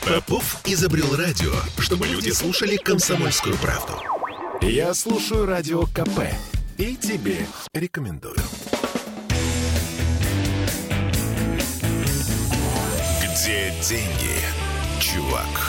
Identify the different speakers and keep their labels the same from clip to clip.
Speaker 1: Попов изобрел радио, чтобы люди слушали «Комсомольскую правду». Я слушаю Радио КП и тебе рекомендую. Где деньги, чувак?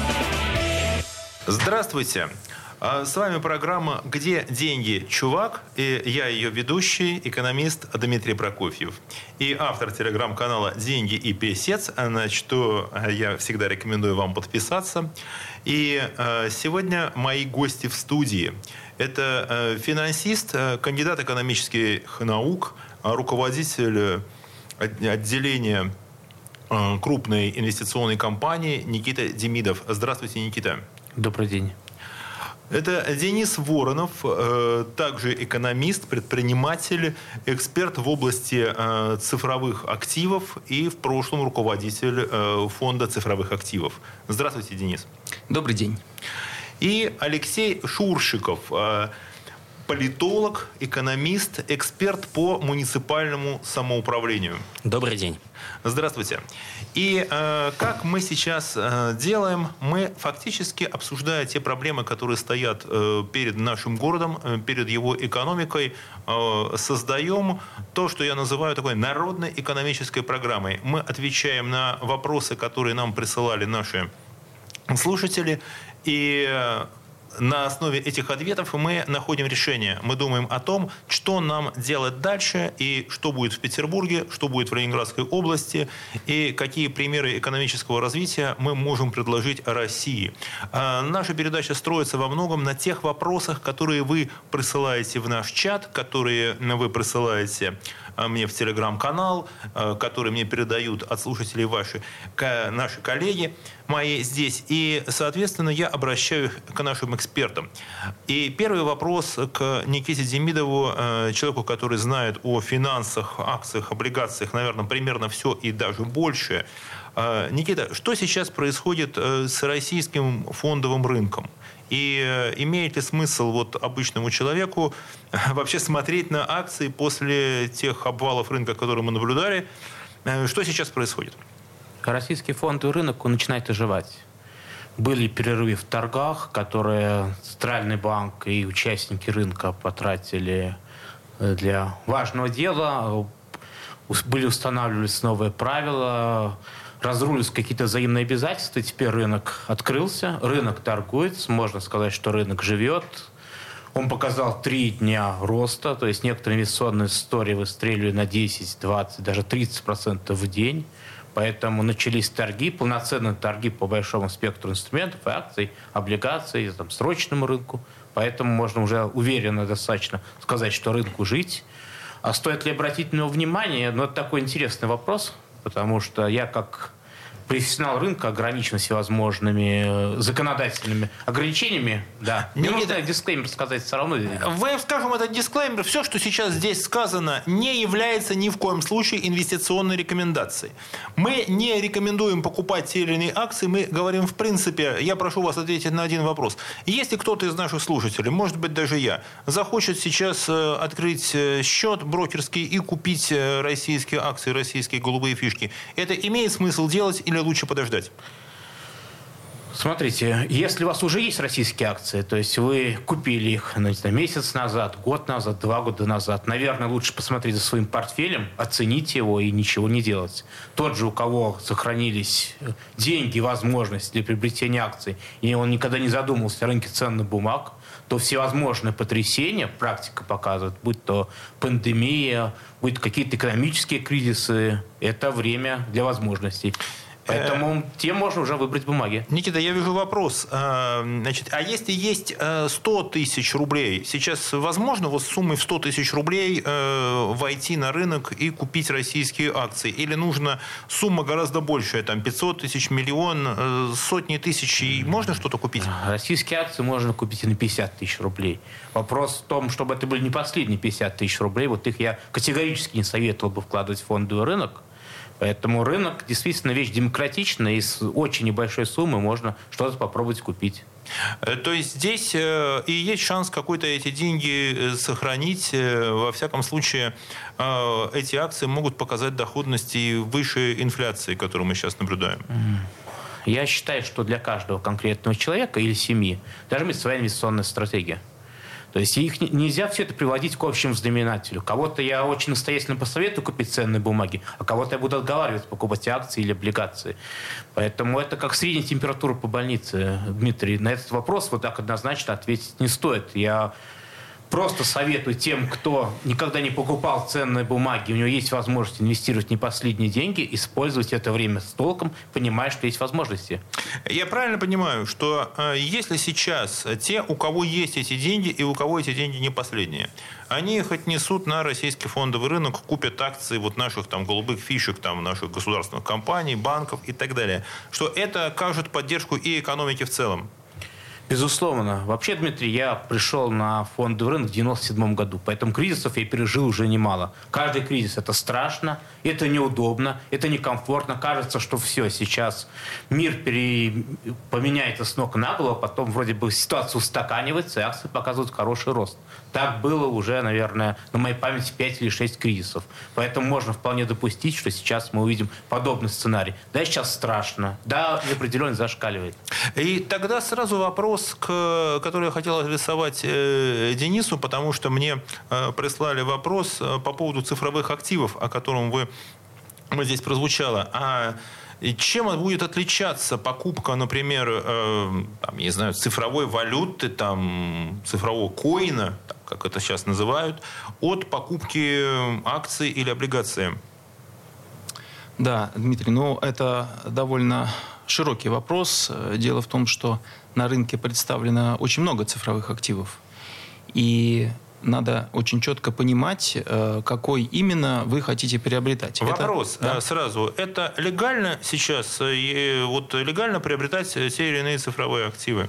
Speaker 2: Здравствуйте. С вами программа «Где деньги, чувак?» И я ее ведущий, экономист Дмитрий Прокофьев. И автор телеграм-канала «Деньги и писец», на что я всегда рекомендую вам подписаться. И сегодня мои гости в студии. Это финансист, кандидат экономических наук, руководитель отделения крупной инвестиционной компании Никита Демидов. Здравствуйте, Никита.
Speaker 3: Добрый день.
Speaker 2: Это Денис Воронов, также экономист, предприниматель, эксперт в области цифровых активов и в прошлом руководитель фонда цифровых активов. Здравствуйте, Денис.
Speaker 3: Добрый день.
Speaker 2: И Алексей Шуршиков, политолог, экономист, эксперт по муниципальному самоуправлению.
Speaker 3: Добрый день.
Speaker 2: Здравствуйте. И как мы сейчас делаем, мы фактически, обсуждая те проблемы, которые стоят перед нашим городом, перед его экономикой, создаем то, что я называю такой народной экономической программой. Мы отвечаем на вопросы, которые нам присылали наши слушатели, и на основе этих ответов мы находим решение. Мы думаем о том, что нам делать дальше, и что будет в Петербурге, что будет в Ленинградской области, и какие примеры экономического развития мы можем предложить России. Наша передача строится во многом на тех вопросах, которые вы присылаете в наш чат, которые вы присылаете мне в телеграм-канал, которые мне передают от слушателей наши коллеги мои здесь. И, соответственно, я обращаюсь к нашим экспертам. И первый вопрос к Никите Демидову, человеку, который знает о финансах, акциях, облигациях, наверное, примерно все и даже больше. Никита, что сейчас происходит с российским фондовым рынком? И имеет ли смысл обычному человеку вообще смотреть на акции после тех обвалов рынка, которые мы наблюдали? Что сейчас происходит?
Speaker 3: Российский фондовый рынок начинает оживать. Были перерывы в торгах, которые Центральный банк и участники рынка потратили для важного дела. Были устанавливались новые правила, разрулились какие-то взаимные обязательства. Теперь рынок открылся, рынок торгуется. Можно сказать, что рынок живет. Он показал 3 дня роста, то есть некоторые инвестиционные истории выстреливали на 10, 20, даже 30% в день. Поэтому начались торги, полноценные торги по большому спектру инструментов, и акций, облигаций, срочному рынку. Поэтому можно уже уверенно достаточно сказать, что рынку жить. А стоит ли обратить на него внимание? Это такой интересный вопрос, потому что я как профессионал рынка ограничен всевозможными законодательными ограничениями. Да. Мне нужно дисклеймер сказать все равно.
Speaker 2: Вы, скажем, этот дисклеймер, все, что сейчас здесь сказано, не является ни в коем случае инвестиционной рекомендацией. Мы не рекомендуем покупать те или иные акции, мы говорим в принципе, я прошу вас ответить на один вопрос. Если кто-то из наших слушателей, может быть даже я, захочет сейчас открыть счет брокерский и купить российские акции, российские голубые фишки, это имеет смысл делать или лучше подождать?
Speaker 3: Смотрите, если у вас уже есть российские акции, то есть вы купили их месяц назад, год назад, 2 года назад, наверное, лучше посмотреть за своим портфелем, оценить его и ничего не делать. Тот же, у кого сохранились деньги, возможность для приобретения акций, и он никогда не задумывался о рынке ценных бумаг, то всевозможные потрясения, практика показывает, будь то пандемия, будь то какие-то экономические кризисы, это время для возможностей. Поэтому тем можно уже выбрать бумаги.
Speaker 2: Никита, я вижу вопрос. Значит, а если есть 100 тысяч рублей, сейчас возможно с суммой в 100 тысяч рублей войти на рынок и купить российские акции? Или нужна сумма гораздо большая, 500 тысяч, миллион, сотни тысяч, и можно что-то купить?
Speaker 3: Российские акции можно купить и на 50 тысяч рублей. Вопрос в том, чтобы это были не последние 50 тысяч рублей. Их я категорически не советовал бы вкладывать в фондовый рынок. Поэтому рынок действительно вещь демократичная, и с очень небольшой суммы можно что-то попробовать купить.
Speaker 2: То есть здесь и есть шанс какой-то эти деньги сохранить. Во всяком случае, эти акции могут показать доходность и выше инфляции, которую мы сейчас наблюдаем.
Speaker 3: Я считаю, что для каждого конкретного человека или семьи должна быть своя инвестиционная стратегия. То есть их нельзя все это приводить к общему знаменателю. Кого-то я очень настоятельно посоветую купить ценные бумаги, а кого-то я буду отговаривать покупать акции или облигации. Поэтому это как средняя температура по больнице, Дмитрий. На этот вопрос вот так однозначно ответить не стоит. Я просто советую тем, кто никогда не покупал ценные бумаги, у него есть возможность инвестировать не последние деньги, использовать это время с толком, понимая, что есть возможности.
Speaker 2: Я правильно понимаю, что если сейчас те, у кого есть эти деньги и у кого эти деньги не последние, они их отнесут на российский фондовый рынок, купят акции вот наших там голубых фишек, там наших государственных компаний, банков и так далее, что это окажет поддержку и экономике в целом?
Speaker 3: Безусловно. Вообще, Дмитрий, я пришел на фондовый рынок в 1997 году, поэтому кризисов я пережил уже немало. Каждый кризис – это страшно, это неудобно, это некомфортно. Кажется, что все, сейчас мир поменяется с ног на голову, потом вроде бы ситуация устаканивается, и акции показывают хороший рост. Так было уже, наверное, на моей памяти 5 или 6 кризисов. Поэтому можно вполне допустить, что сейчас мы увидим подобный сценарий. Да, сейчас страшно, да, неопределенность зашкаливает.
Speaker 2: И тогда сразу вопрос, который я хотел адресовать Денису, потому что мне прислали вопрос по поводу цифровых активов, о котором здесь прозвучало. А чем будет отличаться покупка, например, там, не знаю, цифровой валюты, там, цифрового коина, как это сейчас называют, от покупки акций или облигаций?
Speaker 4: Да, Дмитрий, это довольно широкий вопрос. Дело в том, что на рынке представлено очень много цифровых активов. И надо очень четко понимать, какой именно вы хотите приобретать.
Speaker 2: Вопрос сразу. Это легально сейчас, легально приобретать те или иные цифровые активы?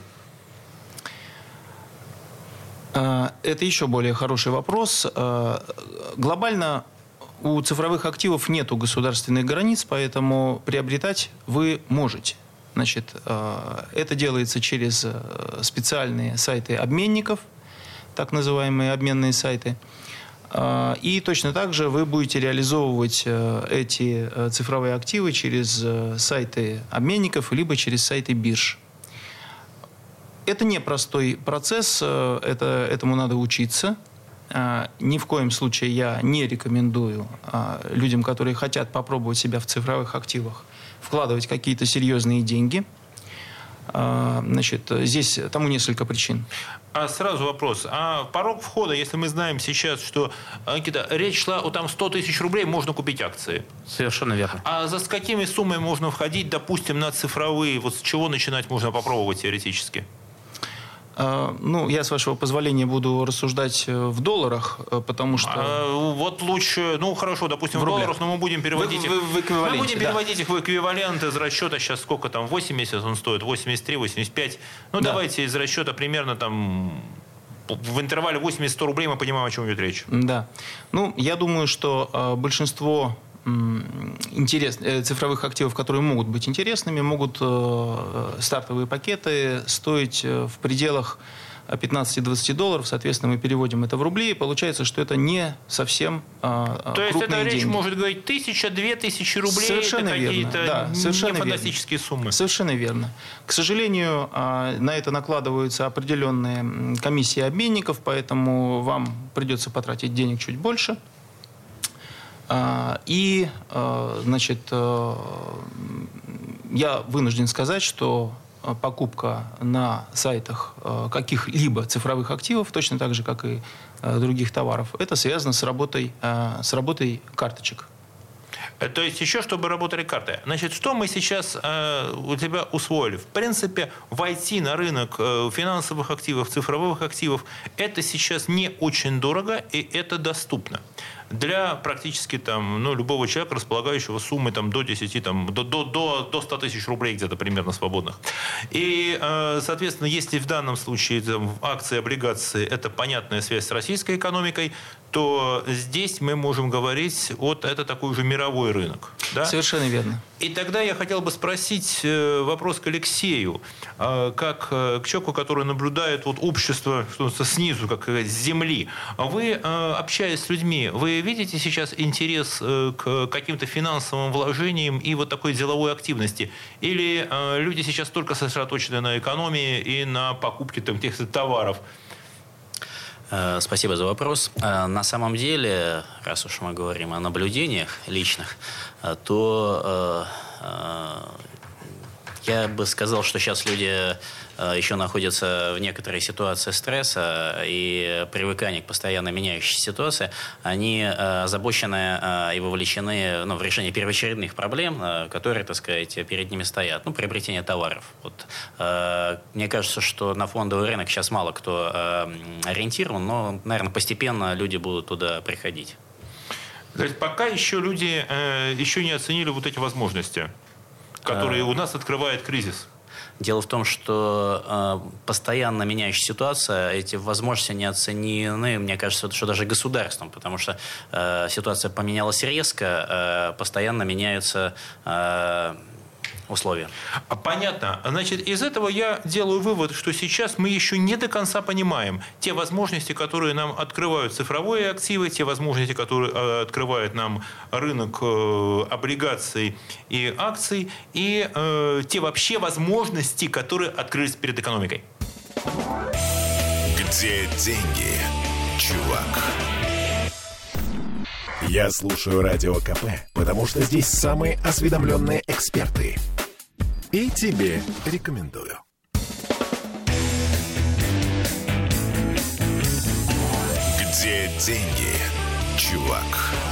Speaker 4: Это еще более хороший вопрос. Глобально у цифровых активов нету государственных границ, поэтому приобретать вы можете. Значит, это делается через специальные сайты обменников, так называемые обменные сайты. И точно так же вы будете реализовывать эти цифровые активы через сайты обменников, либо через сайты бирж. Это непростой процесс, этому надо учиться. Ни в коем случае я не рекомендую людям, которые хотят попробовать себя в цифровых активах, вкладывать какие-то серьезные деньги. Значит, здесь тому несколько причин.
Speaker 2: А сразу вопрос. А порог входа, если мы знаем сейчас, что, Никита, речь шла о 100 тысяч рублей, можно купить акции.
Speaker 3: Совершенно верно.
Speaker 2: А с какими суммами можно входить, допустим, на цифровые? Вот с чего начинать можно попробовать теоретически?
Speaker 4: Я, с вашего позволения, буду рассуждать в долларах, потому что...
Speaker 2: Вот лучше, хорошо, допустим, в долларах, но мы будем переводить
Speaker 4: в эквиваленте.
Speaker 2: Мы будем переводить их в эквиваленты из расчета. Сейчас сколько там, 80 он стоит, 83, 85. Давайте из расчета примерно там в интервале 80-100 рублей мы понимаем, о чем идет речь.
Speaker 4: Да. Я думаю, что большинство цифровых активов, которые могут быть интересными, могут стартовые пакеты стоить в пределах $15-20. Соответственно, мы переводим это в рубли, и получается, что это не совсем крупные деньги.
Speaker 2: То есть это речь может говорить 1000-2000 рублей,
Speaker 4: совершенно
Speaker 2: это
Speaker 4: верно.
Speaker 2: какие-то не фантастические суммы.
Speaker 4: Совершенно верно. К сожалению, на это накладываются определенные комиссии обменников, поэтому вам придется потратить денег чуть больше. И, значит, я вынужден сказать, что покупка на сайтах каких-либо цифровых активов, точно так же, как и других товаров, это связано с работой карточек.
Speaker 2: То есть еще, чтобы работали карты. Значит, что мы сейчас у тебя усвоили? В принципе, войти на рынок финансовых активов, цифровых активов, это сейчас не очень дорого и это доступно. Для практически любого человека, располагающего суммой до 10, до 100 тысяч рублей где-то примерно свободных. И, соответственно, если в данном случае акции, облигации – это понятная связь с российской экономикой, то здесь мы можем говорить, это такой уже мировой рынок. Да?
Speaker 4: Совершенно верно.
Speaker 2: И тогда я хотел бы спросить вопрос к Алексею, как к человеку, который наблюдает общество снизу, как с земли. Вы, общаясь с людьми, вы видите сейчас интерес к каким-то финансовым вложениям и такой деловой активности? Или люди сейчас только сосредоточены на экономии и на покупке тех товаров?
Speaker 5: Спасибо за вопрос. На самом деле, раз уж мы говорим о наблюдениях личных, то я бы сказал, что сейчас люди еще находятся в некоторой ситуации стресса и привыкания к постоянно меняющейся ситуации. Они озабочены и вовлечены в решение первоочередных проблем, которые, так сказать, перед ними стоят. Приобретение товаров. Мне кажется, что на фондовый рынок сейчас мало кто ориентирован, но, наверное, постепенно люди будут туда приходить.
Speaker 2: То есть пока еще люди еще не оценили эти возможности, которые у нас открывает кризис?
Speaker 5: Дело в том, что постоянно меняющаяся ситуация, эти возможности не оценены, мне кажется, что даже государством, потому что ситуация поменялась резко, постоянно меняются условия.
Speaker 2: Понятно. Значит, из этого я делаю вывод, что сейчас мы еще не до конца понимаем те возможности, которые нам открывают цифровые активы, те возможности, которые открывает нам рынок облигаций и акций, и те вообще возможности, которые открылись перед экономикой.
Speaker 1: Где деньги, чувак? Я слушаю Радио КП, потому что здесь самые осведомленные эксперты. И тебе рекомендую. Где деньги, чувак?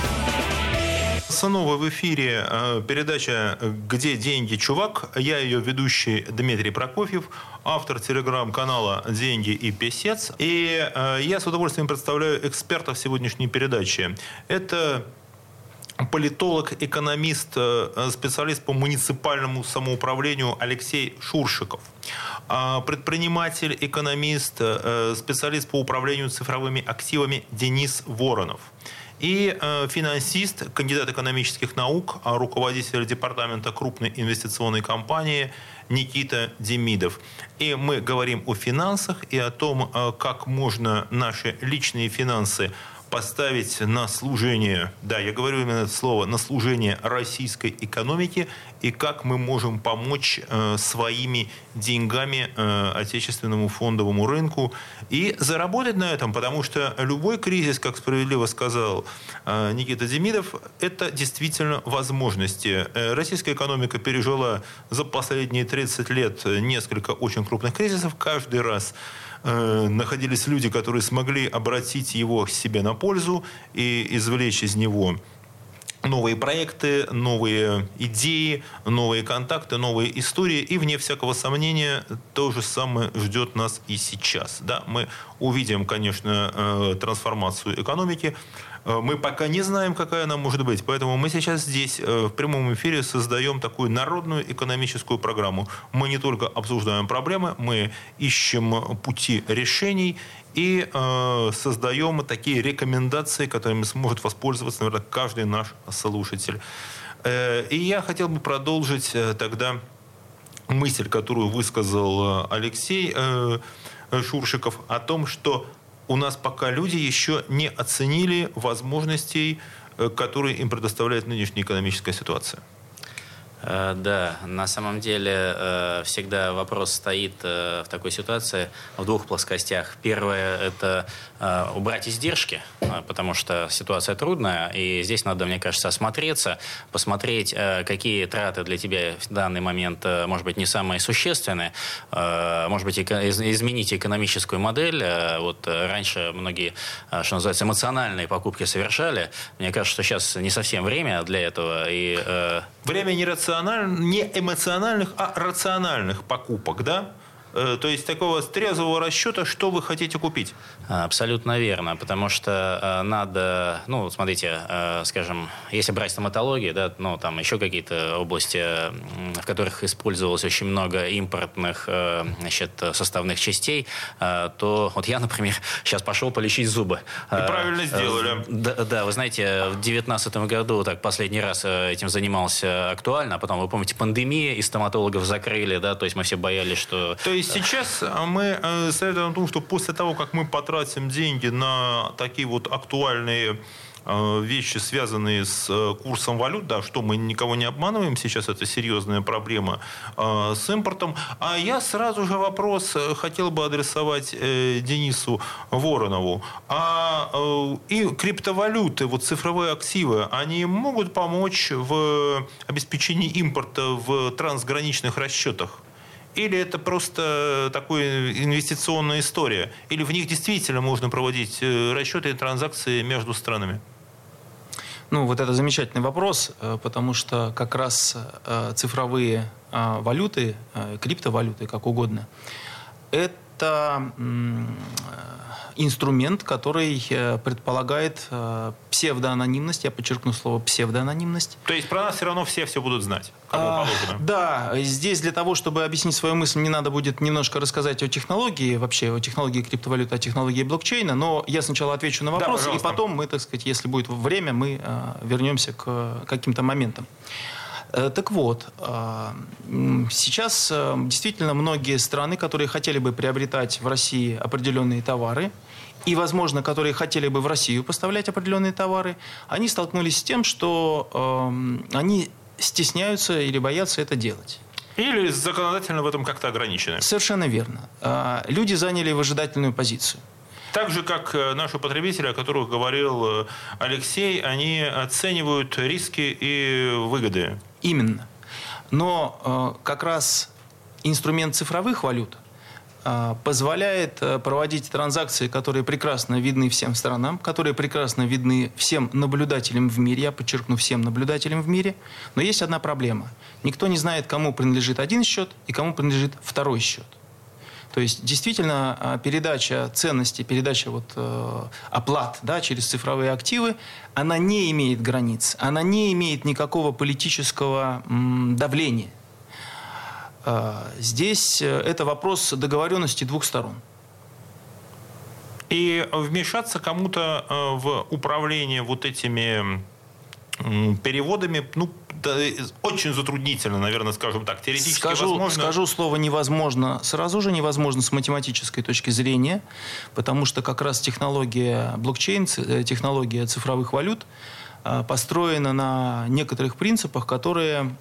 Speaker 2: Снова в эфире передача «Где деньги, чувак?». Я ее ведущий Дмитрий Прокофьев, автор телеграм-канала «Деньги и песец». И я с удовольствием представляю экспертов сегодняшней передачи. Это политолог, экономист, специалист по муниципальному самоуправлению Алексей Шуршиков. Предприниматель, экономист, специалист по управлению цифровыми активами Денис Воронов. И финансист, кандидат экономических наук, руководитель департамента крупной инвестиционной компании Никита Демидов. И мы говорим о финансах и о том, как можно наши личные финансы поставить на служение, да, я говорю именно это слово, на служение российской экономике, и как мы можем помочь своими деньгами отечественному фондовому рынку и заработать на этом, потому что любой кризис, как справедливо сказал Никита Демидов, это действительно возможности. Российская экономика пережила за последние 30 лет несколько очень крупных кризисов. Каждый раз находились люди, которые смогли обратить его себе на пользу и извлечь из него новые проекты, новые идеи, новые контакты, новые истории. И, вне всякого сомнения, то же самое ждет нас и сейчас. Да, мы увидим, конечно, трансформацию экономики. Мы пока не знаем, какая она может быть. Поэтому мы сейчас здесь в прямом эфире создаем такую народную экономическую программу. Мы не только обсуждаем проблемы, мы ищем пути решений и создаем такие рекомендации, которыми сможет воспользоваться, наверное, каждый наш слушатель. И я хотел бы продолжить тогда мысль, которую высказал Алексей Шуршиков, о том, что у нас пока люди еще не оценили возможностей, которые им предоставляет нынешняя экономическая ситуация.
Speaker 5: Да, на самом деле всегда вопрос стоит в такой ситуации в двух плоскостях. Первое – это убрать издержки, потому что ситуация трудная, и здесь надо, мне кажется, осмотреться, посмотреть, какие траты для тебя в данный момент, может быть, не самые существенные, может быть, изменить экономическую модель. Вот раньше многие, что называется, эмоциональные покупки совершали. Мне кажется, что сейчас не совсем время для этого. И
Speaker 2: время не эмоциональных, а рациональных покупок, да? То есть такого трезвого расчета, что вы хотите купить?
Speaker 5: Абсолютно верно, потому что надо, смотрите, скажем, если брать стоматологию, да, там еще какие-то области, в которых использовалось очень много импортных, составных частей, то вот я, например, сейчас пошел полечить зубы.
Speaker 2: И правильно сделали.
Speaker 5: Да, вы знаете, в 2019 году так последний раз этим занимался актуально, а потом, вы помните, пандемия, и стоматологов закрыли, да, то есть мы все боялись, что...
Speaker 2: То есть сейчас мы советуем о том, что после того, как мы потратим деньги на такие вот актуальные вещи, связанные с курсом валют, да, что мы никого не обманываем, сейчас это серьезная проблема с импортом. А я сразу же вопрос хотел бы адресовать Денису Воронову. И криптовалюты, вот цифровые активы, они могут помочь в обеспечении импорта в трансграничных расчетах? Или это просто такая инвестиционная история? Или в них действительно можно проводить расчеты и транзакции между странами?
Speaker 4: Вот это замечательный вопрос, потому что как раз цифровые валюты, криптовалюты, как угодно, это инструмент, который предполагает псевдоанонимность, я подчеркну слово псевдоанонимность.
Speaker 2: То есть про нас все равно все будут знать, кому положено.
Speaker 4: Да, здесь для того, чтобы объяснить свою мысль, мне надо будет немножко рассказать о технологии, вообще о технологии криптовалюты, о технологии блокчейна, но я сначала отвечу на вопрос, и потом мы, так сказать, если будет время, мы вернемся к каким-то моментам. Так вот, сейчас действительно многие страны, которые хотели бы приобретать в России определенные товары, и, возможно, которые хотели бы в Россию поставлять определенные товары, они столкнулись с тем, что они стесняются или боятся это делать.
Speaker 2: Или законодательно в этом как-то ограничены.
Speaker 4: Совершенно верно. Люди заняли выжидательную позицию.
Speaker 2: Так же, как наши потребители, о которых говорил Алексей, они оценивают риски и выгоды.
Speaker 4: Именно. Но как раз инструмент цифровых валют позволяет проводить транзакции, которые прекрасно видны всем странам, которые прекрасно видны всем наблюдателям в мире, я подчеркну, всем наблюдателям в мире. Но есть одна проблема. Никто не знает, кому принадлежит один счет и кому принадлежит второй счет. То есть, действительно, передача ценностей, передача оплат, да, через цифровые активы, она не имеет границ, она не имеет никакого политического давления. Здесь это вопрос договоренности двух сторон.
Speaker 2: И вмешаться кому-то в управление вот этими переводами, очень затруднительно, наверное, скажем так. Теоретически возможно.
Speaker 4: Скажу слово «невозможно». Сразу же невозможно с математической точки зрения, потому что как раз технология блокчейн, технология цифровых валют построена на некоторых принципах, которые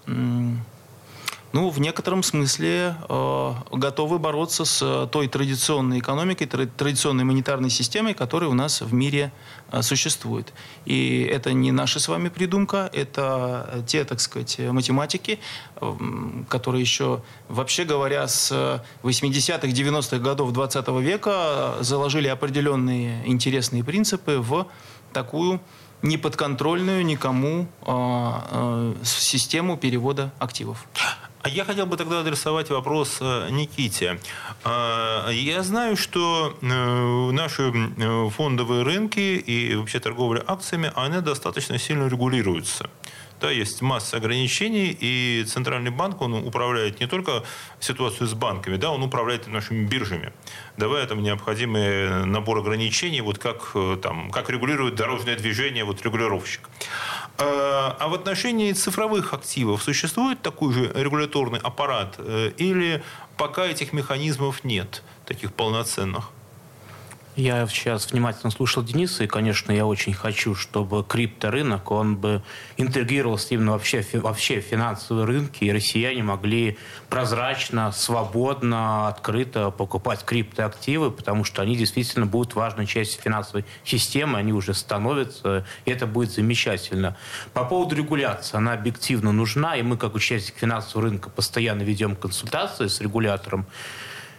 Speaker 4: в некотором смысле готовы бороться с той традиционной экономикой, традиционной монетарной системой, которая у нас в мире существует. И это не наша с вами придумка, это те, так сказать, математики, которые еще, вообще говоря, с 80-х, 90-х годов 20 века заложили определенные интересные принципы в такую неподконтрольную никому систему перевода активов.
Speaker 2: А я хотел бы тогда адресовать вопрос Никите. Я знаю, что наши фондовые рынки и вообще торговля акциями, они достаточно сильно регулируются. Да, есть масса ограничений, и Центральный банк, он управляет не только ситуацию с банками, да, он управляет и нашими биржами, давая там необходимый набор ограничений, как регулирует дорожное движение регулировщик. А в отношении цифровых активов существует такой же регуляторный аппарат, или пока этих механизмов нет, таких полноценных?
Speaker 3: Я сейчас внимательно слушал Дениса, и, конечно, я очень хочу, чтобы крипторынок, он бы интегрировался именно вообще в финансовые рынки, и россияне могли прозрачно, свободно, открыто покупать криптоактивы, потому что они действительно будут важной частью финансовой системы, они уже становятся, и это будет замечательно. По поводу регуляции, она объективно нужна, и мы, как участник финансового рынка, постоянно ведем консультации с регулятором.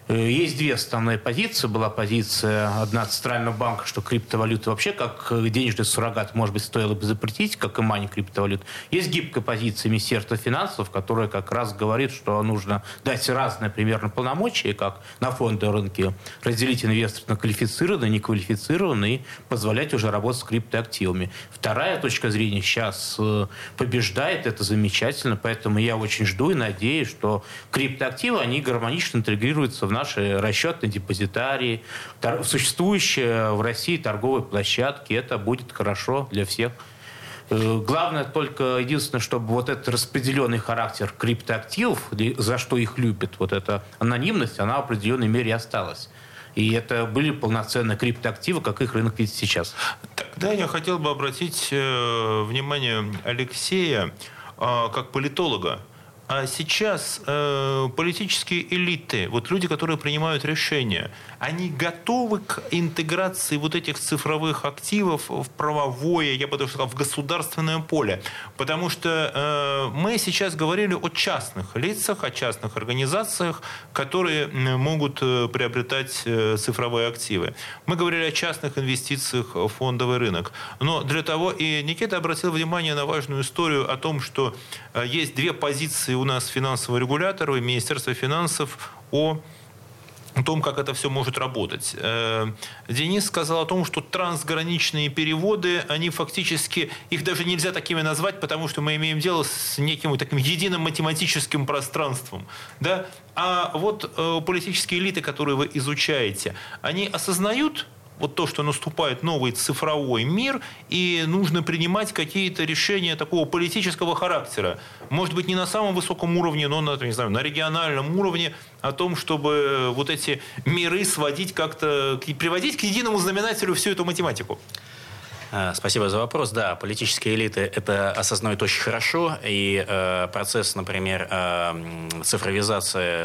Speaker 3: Есть две основные позиции. Была позиция одна Центрального банка, что криптовалюты вообще как денежный суррогат, может быть, стоило бы запретить, как и мани криптовалют. Есть гибкая позиция Министерства финансов, которая как раз говорит, что нужно дать разные примерно полномочия, как на фондовом рынке, разделить инвесторов на квалифицированные, неквалифицированные и позволять уже работать с криптоактивами. Вторая точка зрения сейчас побеждает, это замечательно, поэтому я очень жду и надеюсь, что криптоактивы, они гармонично интегрируются в наши расчетные депозитарии, существующие в России торговые площадки. Это будет хорошо для всех. Главное только, единственное, чтобы вот этот распределенный характер криптоактивов, за что их любят, вот эта анонимность, она в определенной мере осталась. И это были полноценные криптоактивы, как их рынок видит сейчас.
Speaker 2: Тогда я хотел бы обратить внимание Алексея как политолога. А сейчас политические элиты, вот люди, которые принимают решения, они готовы к интеграции вот этих цифровых активов в правовое, я бы даже сказал, в государственное поле. Потому что мы сейчас говорили о частных лицах, о частных организациях, которые могут приобретать цифровые активы. Мы говорили о частных инвестициях в фондовый рынок. Но для того, и Никита обратил внимание на важную историю о том, что есть две позиции у нас финансового регулятора и Министерства финансов о том, как это все может работать. Денис сказал о том, что трансграничные переводы, они фактически, их даже нельзя такими назвать, потому что мы имеем дело с неким таким единым математическим пространством. Да? А вот политические элиты, которые вы изучаете, они осознают вот то, что наступает новый цифровой мир, и нужно принимать какие-то решения такого политического характера. Может быть, не на самом высоком уровне, но на, не знаю, на региональном уровне, о том, чтобы вот эти миры сводить как-то, приводить к единому знаменателю всю эту математику.
Speaker 5: Спасибо за вопрос. Да, политические элиты это осознают очень хорошо, и процесс, например, цифровизации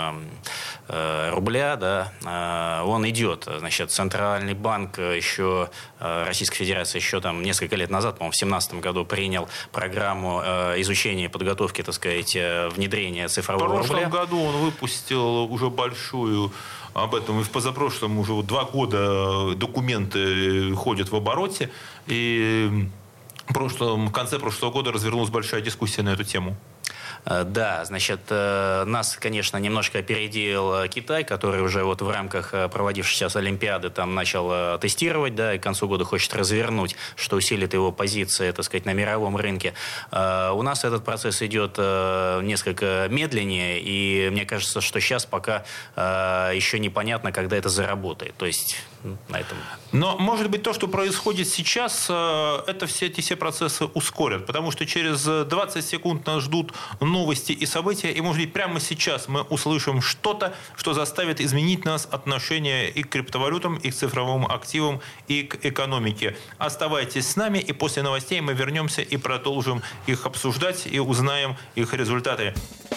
Speaker 5: рубля, да, он идет. Значит, Центральный банк еще Российской Федерации еще несколько лет назад, по-моему, в 2017 году принял программу изучения и подготовки, так сказать, внедрения цифрового рубля.
Speaker 2: В прошлом году он выпустил уже большую об этом. И в позапрошлом уже 2 года документы ходят в обороте. И в конце прошлого года развернулась большая дискуссия на эту тему.
Speaker 5: Да, значит, нас, конечно, немножко опередил Китай, который уже вот в рамках проводившейся сейчас Олимпиады там начал тестировать, да, и к концу года хочет развернуть, что усилит его позиции, так сказать, на мировом рынке. У нас этот процесс идет несколько медленнее, и мне кажется, что сейчас пока еще непонятно, когда это заработает. То есть на этом.
Speaker 2: Но, может быть, то, что происходит сейчас, это эти все процессы ускорят, потому что через 20 секунд нас ждут новости и события, и, может быть, прямо сейчас мы услышим что-то, что заставит изменить нас отношение и к криптовалютам, и к цифровым активам, и к экономике. Оставайтесь с нами, и после новостей мы вернемся и продолжим их обсуждать, и узнаем их результаты.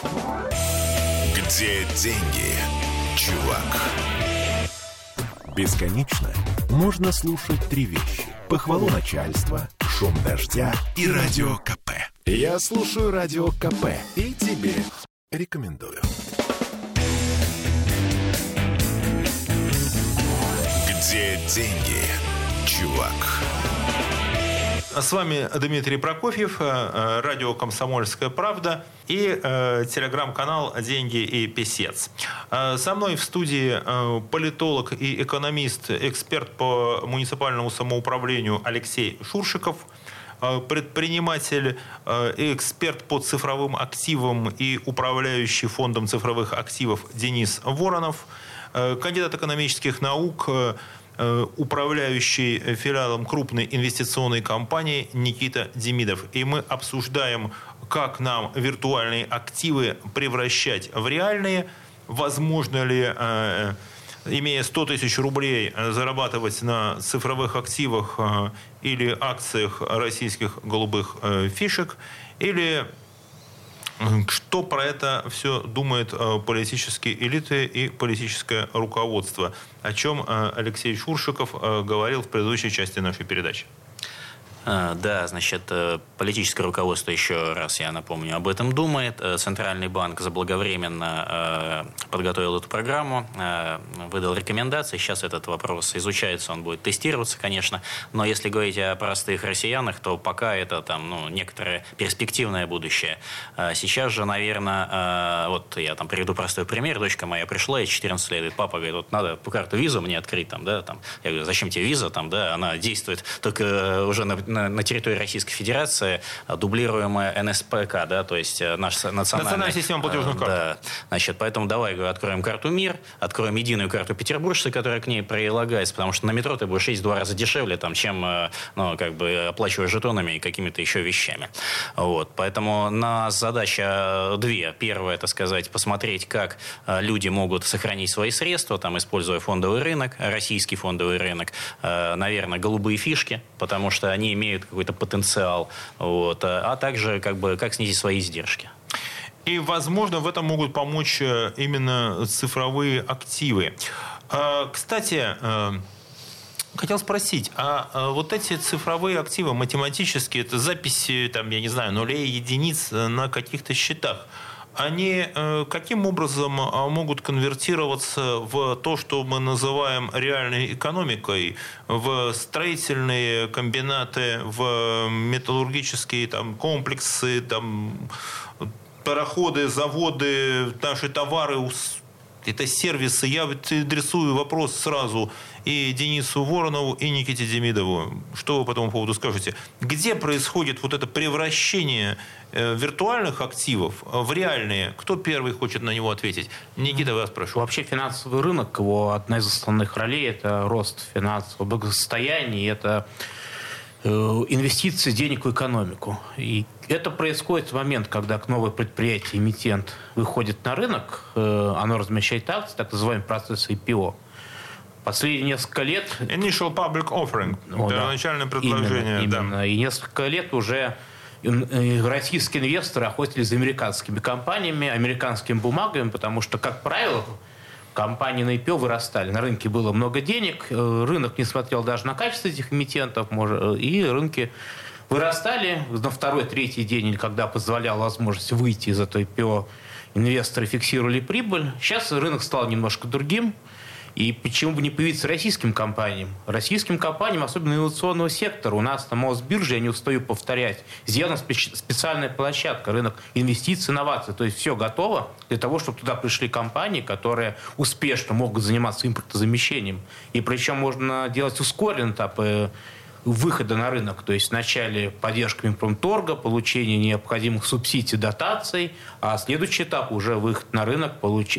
Speaker 1: Где деньги, чувак? Бесконечно можно слушать 3 вещи: похвалу начальства, шум дождя и радио КП. Я слушаю радио КП и тебе рекомендую. Где деньги, чувак?
Speaker 2: С вами Дмитрий Прокофьев, радио «Комсомольская правда» и телеграм-канал «Деньги и писец». Со мной в студии политолог и экономист, эксперт по муниципальному самоуправлению Алексей Шуршиков, предприниматель, эксперт по цифровым активам и управляющий фондом цифровых активов Денис Воронов, кандидат экономических наук, управляющий филиалом крупной инвестиционной компании Никита Демидов. И мы обсуждаем, как нам виртуальные активы превращать в реальные, возможно ли, имея 100 тысяч рублей, зарабатывать на цифровых активах или акциях российских голубых фишек, или что про это все думает политические элиты и политическое руководство, о чем Алексей Шуршиков говорил в предыдущей части нашей передачи.
Speaker 5: Да, значит, политическое руководство, еще раз я напомню, об этом думает. Центральный банк заблаговременно подготовил эту программу, выдал рекомендации. Сейчас этот вопрос изучается, он будет тестироваться, конечно. Но если говорить о простых россиянах, то пока это там, некоторое перспективное будущее. Сейчас же, наверное, вот я там приведу простой пример. Дочка моя пришла, ей 14 лет, говорит, папа, говорит, вот надо по карту визу мне открыть. Там, да, там. Я говорю, зачем тебе виза? Там, да, она действует только уже на территории Российской Федерации, дублируемая НСПК, да, то есть наша национальная
Speaker 2: система платежных карт.
Speaker 5: Да, значит, поэтому давай, говорю, откроем карту МИР, откроем единую карту петербуржца, которая к ней прилагается, потому что на метро ты будешь ездить в 2 раза дешевле, там, чем, оплачивая жетонами и какими-то еще вещами. Вот, поэтому нас задача 2. Первая, это сказать, посмотреть, как люди могут сохранить свои средства, там, используя фондовый рынок, российский фондовый рынок, наверное, голубые фишки, потому что они имеют какой-то потенциал, вот, а также как снизить свои издержки.
Speaker 2: И, возможно, в этом могут помочь именно цифровые активы. Кстати, хотел спросить, а вот эти цифровые активы математические, это записи, там, я не знаю, нулей, единиц на каких-то счетах, они каким образом могут конвертироваться в то, что мы называем реальной экономикой, в строительные комбинаты, в металлургические там, комплексы, там, пароходы, заводы, наши товары, это сервисы. Я адресую вопрос сразу и Денису Воронову, и Никите Демидову. Что вы по этому поводу скажете? Где происходит вот это превращение виртуальных активов в реальные? Кто первый хочет на него ответить? Никита, вас прошу.
Speaker 3: Вообще финансовый рынок, его одна из основных ролей – это рост финансового благосостояния, это инвестиции денег в экономику. И это происходит в момент, когда новое предприятие, эмитент выходит на рынок, оно размещает акции, так называемый процесс IPO. Последние несколько лет...
Speaker 2: Initial Public Offering. Первоначальное предложение.
Speaker 3: Именно.
Speaker 2: Да.
Speaker 3: И несколько лет уже российские инвесторы охотились за американскими компаниями, американскими бумагами, потому что, как правило, компании на IPO вырастали. На рынке было много денег, рынок не смотрел даже на качество этих эмитентов, и рынки вырастали. На второй, третий день, или когда позволяла возможность выйти из этого IPO, инвесторы фиксировали прибыль. Сейчас рынок стал немножко другим. И почему бы не появиться российским компаниям? Российским компаниям, особенно инновационного сектора. У нас на Мосбирже, я не устаю повторять, сделана специальная площадка, рынок инвестиций, инноваций. То есть все готово для того, чтобы туда пришли компании, которые успешно могут заниматься импортозамещением. И причем можно делать ускоренные этапы выхода на рынок. То есть вначале поддержка Минпромторга, получение необходимых субсидий, дотаций, а следующий этап уже выход на рынок.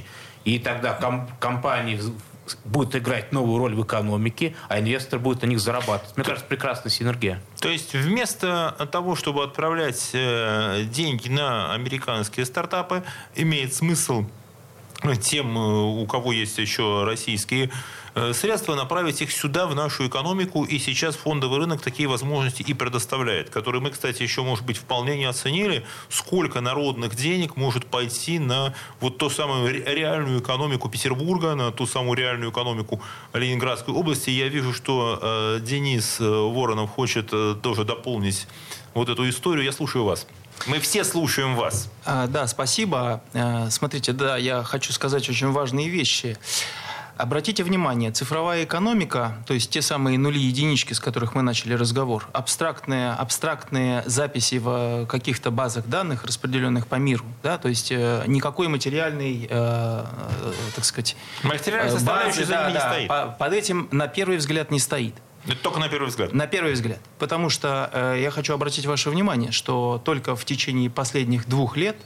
Speaker 3: И тогда компании будут играть новую роль в экономике, а инвестор будет на них зарабатывать. Мне кажется, прекрасная синергия.
Speaker 2: То есть вместо того, чтобы отправлять деньги на американские стартапы, имеет смысл тем, у кого есть еще российские средства, направить их сюда, в нашу экономику. И сейчас фондовый рынок такие возможности и предоставляет, которые мы, кстати, еще, может быть, вполне не оценили, сколько народных денег может пойти на вот ту самую реальную экономику Петербурга, на ту самую реальную экономику Ленинградской области. Я вижу, что Денис Воронов хочет тоже дополнить вот эту историю. Я слушаю вас. Мы все слушаем вас.
Speaker 4: Да, спасибо. Смотрите, да, я хочу сказать очень важные вещи. Обратите внимание, цифровая экономика, то есть те самые нули, единички, с которых мы начали разговор, абстрактные записи в каких-то базах данных, распределенных по миру, да, то есть никакой материальной, так сказать,
Speaker 2: материальной составляющей за ними не стоит.
Speaker 4: Под этим на первый взгляд не стоит.
Speaker 2: Это только на первый взгляд?
Speaker 4: На первый взгляд. Потому что я хочу обратить ваше внимание, что только в течение последних 2 лет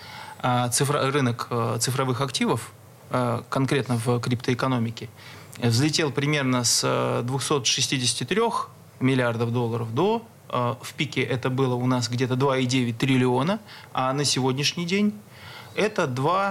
Speaker 4: рынок цифровых активов, конкретно в криптоэкономике, взлетел примерно с 263 миллиардов долларов до, в пике это было у нас где-то 2,9 триллиона, а на сегодняшний день это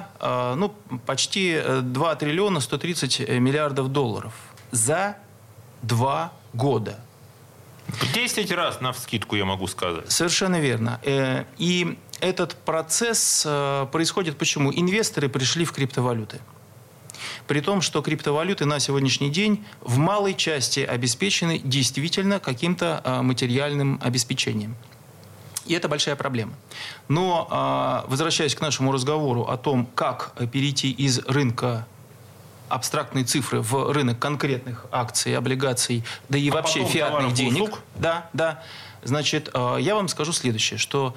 Speaker 4: почти 2 триллиона 130 миллиардов долларов за 2 года.
Speaker 2: В 10 раз навскидку, я могу сказать.
Speaker 4: Совершенно верно. И этот процесс происходит почему? Инвесторы пришли в криптовалюты. При том, что криптовалюты на сегодняшний день в малой части обеспечены действительно каким-то материальным обеспечением. И это большая проблема. Но, возвращаясь к нашему разговору о том, как перейти из рынка абстрактной цифры в рынок конкретных акций, облигаций, да и вообще фиатных денег. Да. Значит, я вам скажу следующее, что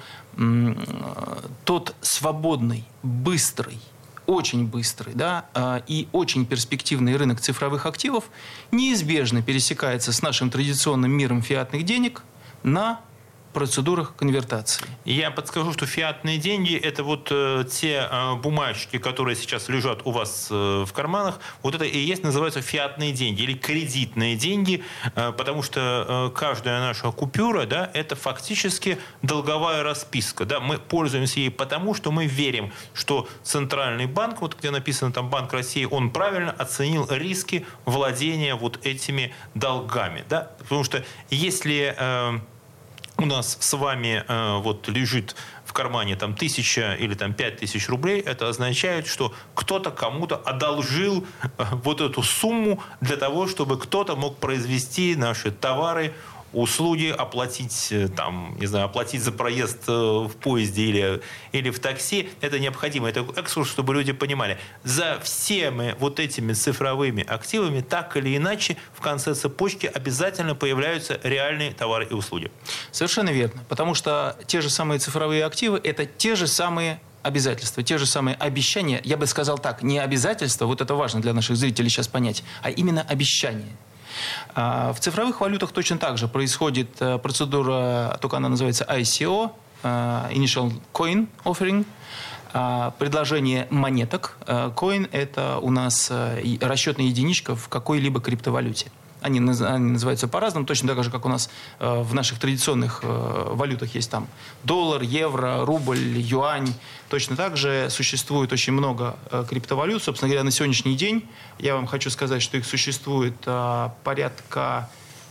Speaker 4: тот свободный, быстрый, очень быстрый, и очень перспективный рынок цифровых активов неизбежно пересекается с нашим традиционным миром фиатных денег на процедурах конвертации.
Speaker 2: Я подскажу, что фиатные деньги – это вот те бумажки, которые сейчас лежат у вас в карманах. Вот это и есть, называются фиатные деньги или кредитные деньги, потому что каждая наша купюра, это фактически долговая расписка. Мы пользуемся ей потому, что мы верим, что Центральный банк, вот где написано там Банк России, он правильно оценил риски владения вот этими долгами. Потому что если у нас с вами вот лежит в кармане там 1000 или там 5000 рублей, это означает, что кто-то кому-то одолжил вот эту сумму для того, чтобы кто-то мог произвести наши товары, услуги, оплатить, оплатить за проезд в поезде или в такси. Это необходимо. Это экскурс, чтобы люди понимали. За всеми вот этими цифровыми активами так или иначе в конце цепочки обязательно появляются реальные товары и услуги.
Speaker 4: Совершенно верно. Потому что те же самые цифровые активы – это те же самые обязательства, те же самые обещания. Я бы сказал так, не обязательства, вот это важно для наших зрителей сейчас понять, а именно обещания. В цифровых валютах точно так же происходит процедура, только она называется ICO, Initial Coin Offering, предложение монеток. Coin – это у нас расчетная единичка в какой-либо криптовалюте. Они называются по-разному, точно так же, как у нас в наших традиционных валютах есть там доллар, евро, рубль, юань. Точно так же существует очень много криптовалют. Собственно говоря, на сегодняшний день я вам хочу сказать, что их существует порядка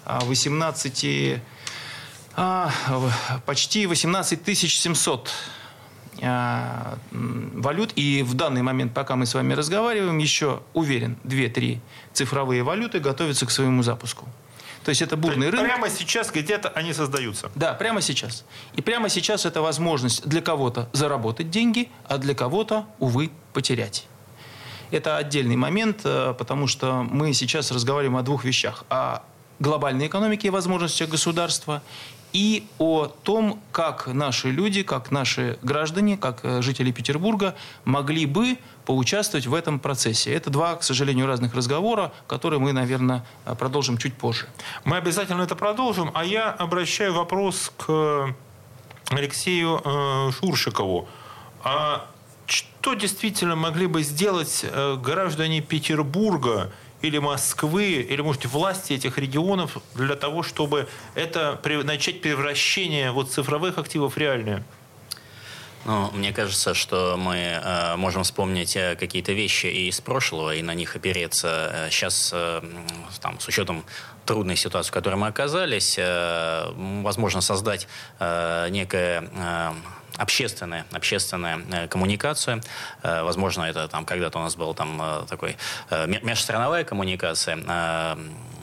Speaker 4: 18 700 валют. И в данный момент, пока мы с вами разговариваем, еще, уверен, 2-3 цифровые валюты готовятся к своему запуску. То есть это бурный рынок.
Speaker 2: Прямо сейчас где-то они создаются.
Speaker 4: Да, прямо сейчас. И прямо сейчас это возможность для кого-то заработать деньги, а для кого-то, увы, потерять. Это отдельный момент, потому что мы сейчас разговариваем о двух вещах. О глобальной экономике и возможностях государства и о том, как наши люди, как наши граждане, как жители Петербурга могли бы поучаствовать в этом процессе. Это два, к сожалению, разных разговора, которые мы, наверное, продолжим чуть позже.
Speaker 2: Мы обязательно это продолжим, а я обращаю вопрос к Алексею Шуршикову. А что действительно могли бы сделать граждане Петербурга или Москвы, или, может быть, власти этих регионов для того, чтобы начать превращение вот цифровых активов в реальные?
Speaker 5: Мне кажется, что мы можем вспомнить какие-то вещи и из прошлого, и на них опереться. Сейчас, с учетом трудной ситуации, в которой мы оказались, возможно создать некое общественная коммуникация. Возможно, это когда-то у нас была такой межстрановая коммуникация.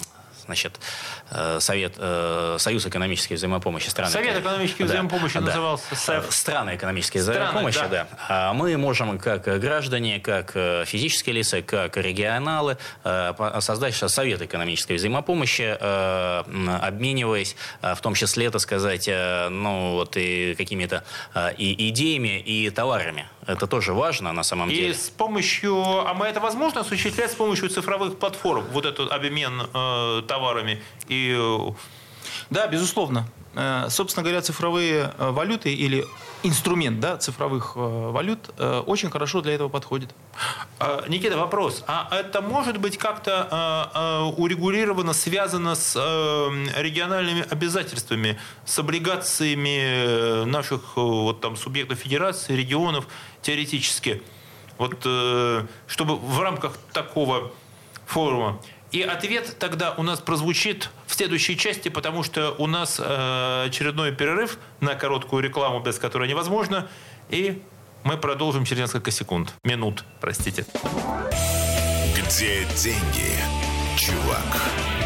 Speaker 5: Союз экономической взаимопомощи стран.
Speaker 2: Совет экономической взаимопомощи назывался.
Speaker 5: Страны экономической взаимопомощи, да. А мы можем, как граждане, как физические лица, как регионалы, создать Совет экономической взаимопомощи, обмениваясь, в том числе, и какими-то и идеями, и товарами. Это тоже важно на самом деле.
Speaker 2: И с помощью... А мы это возможно осуществлять с помощью цифровых платформ? Вот этот обмен товарами и...
Speaker 4: Да, безусловно. Собственно говоря, цифровые валюты или инструмент цифровых валют очень хорошо для этого подходит.
Speaker 2: Никита, вопрос. А это может быть как-то урегулировано, связано с региональными обязательствами, с облигациями наших субъектов федерации, регионов теоретически? Чтобы в рамках такого форума. И ответ тогда у нас прозвучит в следующей части, потому что у нас очередной перерыв на короткую рекламу, без которой невозможно. И мы продолжим через несколько минут, простите.
Speaker 1: Где деньги, чувак?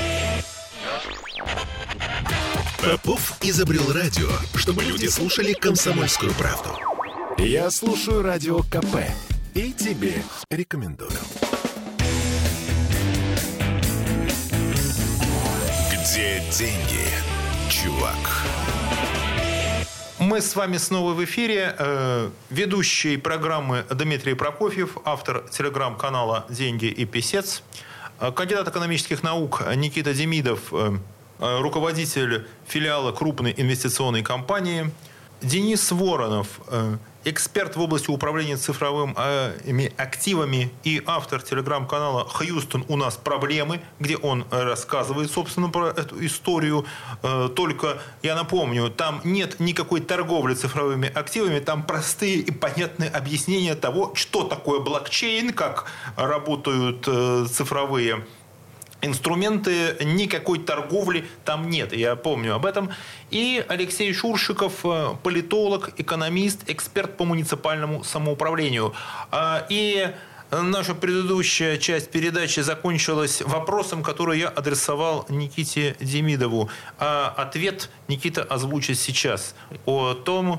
Speaker 1: Попов изобрел радио, чтобы люди слушали комсомольскую правду. Я слушаю Радио КП и тебе рекомендую. Где деньги, чувак?
Speaker 2: Мы с вами снова в эфире. Ведущий программы Дмитрий Прокофьев, автор телеграм-канала «Деньги и писец», кандидат экономических наук Никита Демидов, руководитель филиала крупной инвестиционной компании, Денис Воронов, эксперт в области управления цифровыми активами и автор телеграм-канала «Хьюстон, у нас проблемы», где он рассказывает, собственно, про эту историю. Только, я напомню, там нет никакой торговли цифровыми активами, там простые и понятные объяснения того, что такое блокчейн, как работают цифровые инструменты, никакой торговли там нет. Я помню об этом. И Алексей Шуршиков, политолог, экономист, эксперт по муниципальному самоуправлению. И наша предыдущая часть передачи закончилась вопросом, который я адресовал Никите Демидову. Ответ Никита озвучит сейчас о том,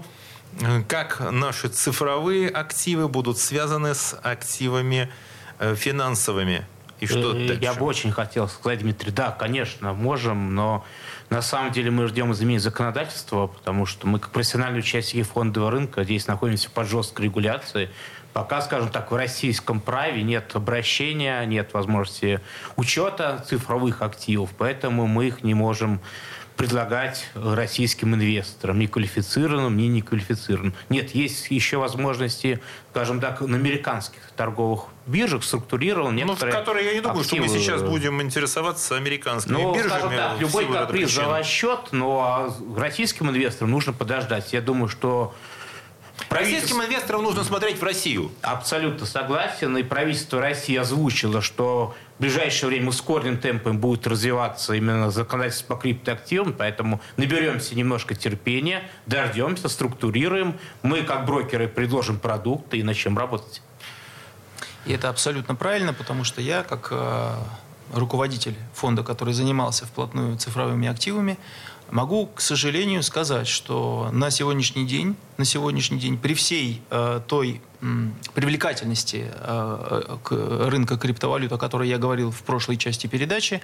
Speaker 2: как наши цифровые активы будут связаны с активами финансовыми. И что дальше?
Speaker 3: Я бы очень хотел сказать, Дмитрий, да, конечно, можем, но на самом деле мы ждем изменения законодательства, потому что мы, как профессиональные участники фондового рынка, здесь находимся под жесткой регуляцией. Пока, скажем так, в российском праве нет обращения, нет возможности учета цифровых активов, поэтому мы их не можем предлагать российским инвесторам, ни квалифицированным, ни неквалифицированным. Нет, есть еще возможности, скажем так, на американских торговых биржах структурирован некоторые
Speaker 2: в которые я не думаю,
Speaker 3: активы.
Speaker 2: что мы сейчас будем интересоваться американскими биржами.
Speaker 3: Скажем так, любой каприз за ваш счет, но российским инвесторам нужно подождать. Я думаю, что
Speaker 2: российским инвесторам нужно смотреть в Россию.
Speaker 3: Абсолютно согласен. И правительство России озвучило, что в ближайшее время ускоренным темпом будет развиваться именно законодательство по криптоактивам, поэтому наберемся немножко терпения, дождемся, структурируем. Мы, как брокеры, предложим продукты и начнем работать.
Speaker 4: И это абсолютно правильно, потому что я, как руководитель фонда, который занимался вплотную цифровыми активами, могу, к сожалению, сказать, что на сегодняшний день при всей той привлекательности рынка криптовалют, о которой я говорил в прошлой части передачи,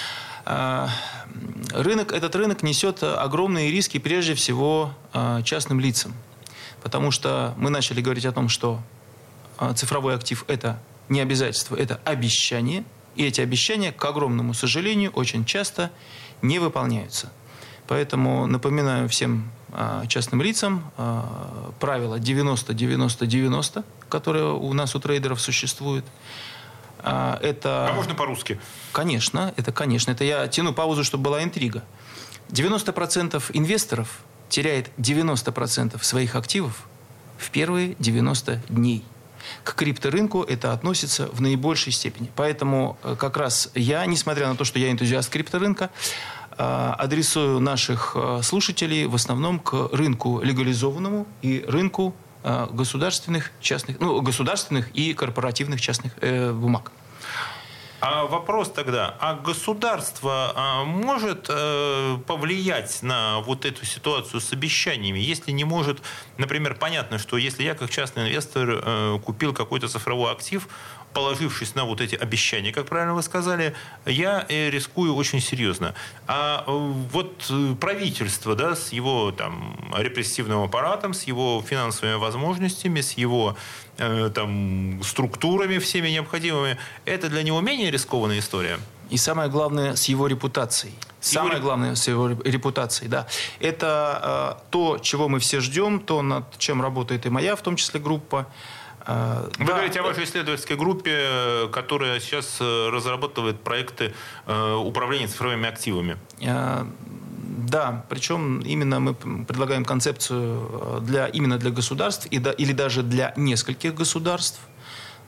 Speaker 4: этот рынок несет огромные риски прежде всего частным лицам. Потому что мы начали говорить о том, что цифровой актив – это не обязательство, это обещание. И эти обещания, к огромному сожалению, очень часто не выполняются. Поэтому напоминаю всем частным лицам правило 90-90-90, которое у нас у трейдеров существует. Это...
Speaker 2: А можно по-русски?
Speaker 4: Конечно. Это я тяну паузу, чтобы была интрига. 90% инвесторов теряет 90% своих активов в первые 90 дней. К крипторынку это относится в наибольшей степени. Поэтому как раз я, несмотря на то, что я энтузиаст крипторынка, адресую наших слушателей в основном к рынку легализованному и рынку государственных и корпоративных частных бумаг.
Speaker 2: А вопрос тогда, а государство может повлиять на вот эту ситуацию с обещаниями? Если не может, например, понятно, что если я как частный инвестор купил какой-то цифровой актив, положившись на вот эти обещания, как правильно вы сказали, я рискую очень серьезно. А вот правительство, да, с его там репрессивным аппаратом, с его финансовыми возможностями, с его там структурами всеми необходимыми, это для него менее рискованная история?
Speaker 4: И самое главное, с его репутацией. Главное, с его репутацией, да. Это то, чего мы все ждем, то, над чем работает и моя, в том числе, группа.
Speaker 2: Вы говорите о вашей исследовательской группе, которая сейчас разрабатывает проекты управления цифровыми активами.
Speaker 4: Да, причем именно мы предлагаем концепцию именно для государств или даже для нескольких государств.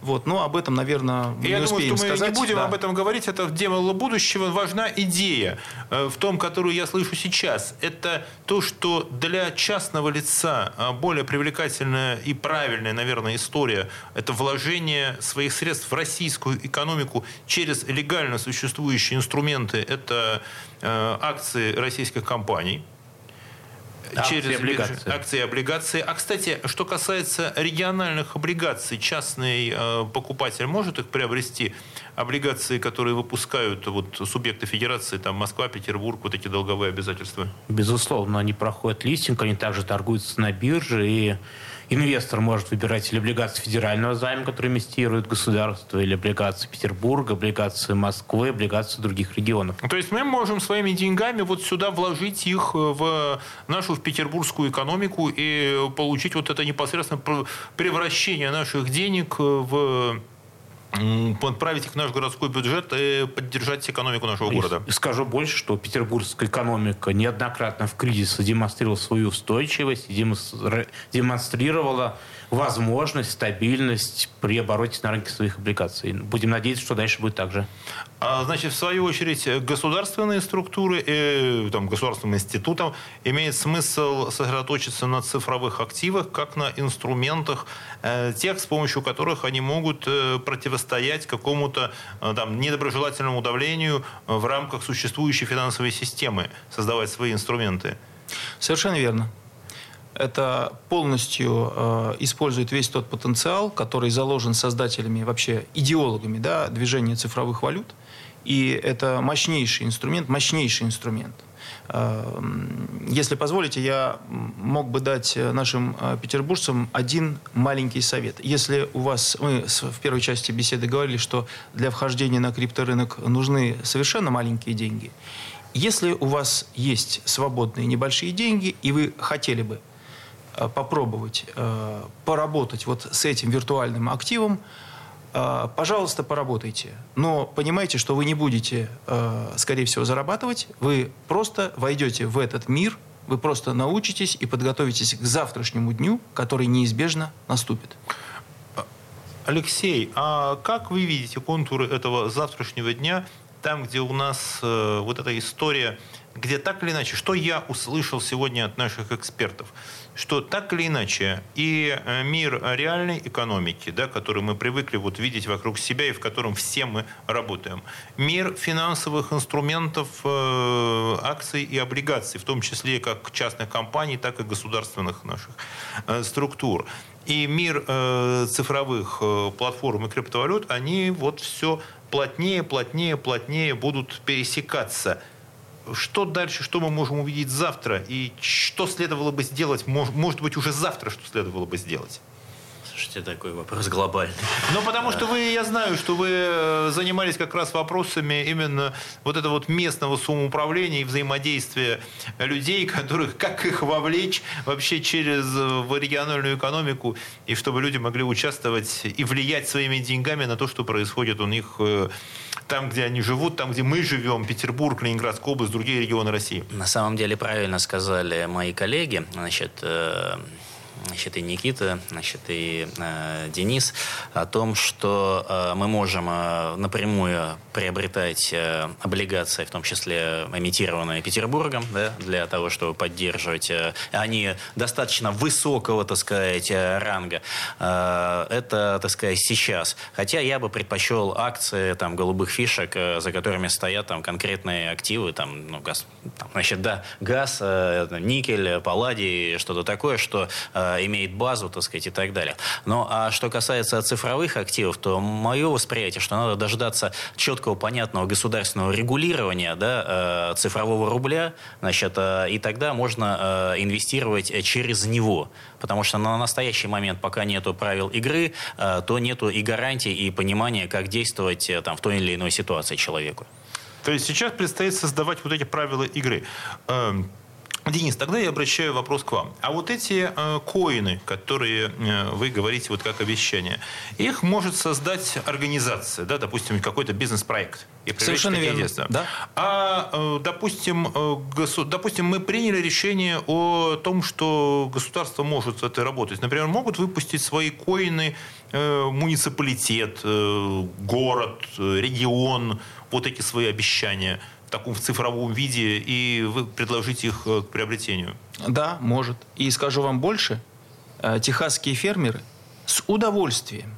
Speaker 4: Вот, но об этом, наверное, мы не успеем сказать.
Speaker 2: Я думаю, что мы не будем
Speaker 4: да.
Speaker 2: об этом говорить. Это дело будущего. Важна идея в том, которую я слышу сейчас. Это то, что для частного лица более привлекательная и правильная, наверное, история – это вложение своих средств в российскую экономику через легально существующие инструменты. Это акции российских компаний. Через акции и облигации. А, кстати, что касается региональных облигаций, частный покупатель может их приобрести? Облигации, которые выпускают субъекты федерации, там Москва, Петербург, вот эти долговые обязательства?
Speaker 3: Безусловно, они проходят листинг, они также торгуются на бирже, и инвестор может выбирать или облигации федерального займа, которые инвестирует государство, или облигации Петербурга, облигации Москвы, облигации других регионов.
Speaker 2: То есть мы можем своими деньгами вот сюда вложить их в нашу петербургскую экономику и получить вот это непосредственно превращение наших денег подправить их в наш городской бюджет и поддержать экономику нашего города.
Speaker 3: Скажу больше, что петербургская экономика неоднократно в кризисе демонстрировала свою устойчивость, демонстрировала возможность, стабильность при обороте на рынке своих облигаций. Будем надеяться, что дальше будет так же.
Speaker 2: Значит, в свою очередь, государственные структуры, государственным институтам имеет смысл сосредоточиться на цифровых активах, как на инструментах, тех, с помощью которых они могут противостоять какому-то недоброжелательному давлению в рамках существующей финансовой системы, создавать свои инструменты.
Speaker 4: Совершенно верно. Это полностью использует весь тот потенциал, который заложен создателями, вообще идеологами движения цифровых валют. И это мощнейший инструмент. Если позволите, я мог бы дать нашим петербуржцам один маленький совет. Если у вас, мы в первой части беседы говорили, что для вхождения на крипторынок нужны совершенно маленькие деньги. Если у вас есть свободные небольшие деньги, и вы хотели бы попробовать поработать вот с этим виртуальным активом, пожалуйста, поработайте. Но понимайте, что вы не будете, скорее всего, зарабатывать. Вы просто войдете в этот мир, вы просто научитесь и подготовитесь к завтрашнему дню, который неизбежно наступит.
Speaker 2: Алексей, а как вы видите контуры этого завтрашнего дня, там, где у нас вот эта история, где так или иначе, что я услышал сегодня от наших экспертов, что так или иначе и мир реальной экономики, который мы привыкли видеть вокруг себя и в котором все мы работаем, мир финансовых инструментов, акций и облигаций, в том числе как частных компаний, так и государственных наших структур, и мир цифровых платформ и криптовалют, они все плотнее будут пересекаться. Что дальше, что мы можем увидеть завтра? И что следовало бы сделать, может быть, уже завтра, что следовало бы сделать?
Speaker 5: Слушайте, такой вопрос глобальный.
Speaker 2: Потому что я знаю, что вы занимались как раз вопросами именно этого местного самоуправления и взаимодействия людей, как их вовлечь вообще через региональную экономику, и чтобы люди могли участвовать и влиять своими деньгами на то, что происходит у них там, где они живут, там, где мы живем, Петербург, Ленинградская область, другие регионы России.
Speaker 5: На самом деле правильно сказали мои коллеги, и Никита, и Денис, о том, что мы можем напрямую приобретать облигации, в том числе эмитированные Петербургом, для того, чтобы поддерживать. Они достаточно высокого, ранга. Это, сейчас. Хотя я бы предпочел акции голубых фишек, за которыми стоят конкретные активы, газ, никель, палладий, что-то такое, что имеет базу, и так далее. А что касается цифровых активов, то мое восприятие, что надо дождаться четкого, понятного государственного регулирования цифрового рубля, и тогда можно инвестировать через него. Потому что на настоящий момент, пока нету правил игры, то нету и гарантий, и понимания, как действовать в той или иной ситуации человеку.
Speaker 2: То есть сейчас предстоит создавать эти правила игры. Денис, тогда я обращаю вопрос к вам. А вот эти коины, которые вы говорите вот как обещание, их может создать организация, да, допустим, какой-то бизнес-проект.
Speaker 4: Совершенно верно. Да.
Speaker 2: А, допустим, мы приняли решение о том, что государство может с этой работать. Например, могут выпустить свои коины муниципалитет, город, регион, вот эти свои обещания в таком цифровом виде, и вы предложите их к приобретению?
Speaker 4: Да, может. И скажу вам больше, техасские фермеры с удовольствием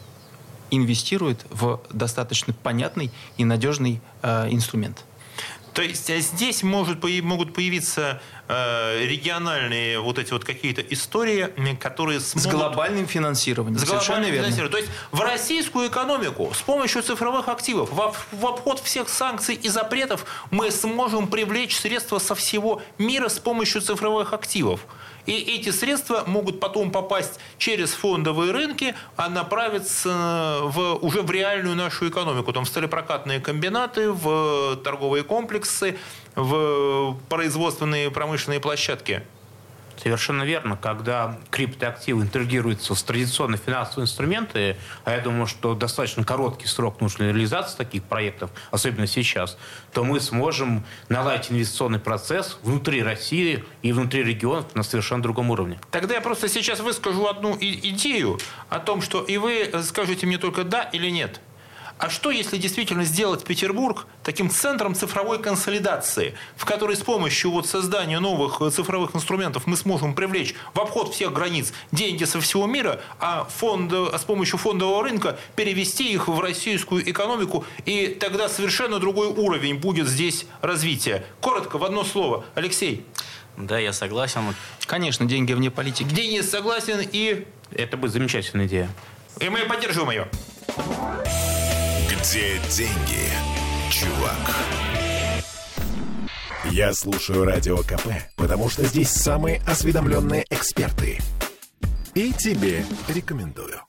Speaker 4: инвестируют в достаточно понятный и надежный инструмент.
Speaker 2: То есть здесь могут появиться региональные вот эти вот какие-то истории, которые смогут...
Speaker 4: С глобальным финансированием.
Speaker 2: Совершенно верно. То есть в российскую экономику с помощью цифровых активов, в обход всех санкций и запретов мы сможем привлечь средства со всего мира с помощью цифровых активов. И эти средства могут потом попасть через фондовые рынки, а направиться уже в реальную нашу экономику. Там в сталепрокатные комбинаты, в торговые комплексы, в производственные промышленные площадки.
Speaker 3: Совершенно верно. Когда криптоактивы интегрируются с традиционные финансовые инструменты, а я думаю, что достаточно короткий срок нужен для реализации таких проектов, особенно сейчас, то мы сможем наладить инвестиционный процесс внутри России и внутри регионов на совершенно другом уровне.
Speaker 2: Тогда я просто сейчас выскажу одну идею о том, что и вы скажете мне только «да» или «нет». А что, если действительно сделать Петербург таким центром цифровой консолидации, в которой с помощью вот создания новых цифровых инструментов мы сможем привлечь в обход всех границ деньги со всего мира, а с помощью фондового рынка перевести их в российскую экономику, и тогда совершенно другой уровень будет здесь развития? Коротко, в одно слово. Алексей.
Speaker 5: Да, я согласен.
Speaker 4: Конечно, деньги вне политики.
Speaker 2: Денис согласен, и...
Speaker 3: Это будет замечательная идея.
Speaker 2: И мы поддерживаем ее.
Speaker 1: Где деньги, чувак? Я слушаю Радио КП, потому что здесь самые осведомленные эксперты. И тебе рекомендую.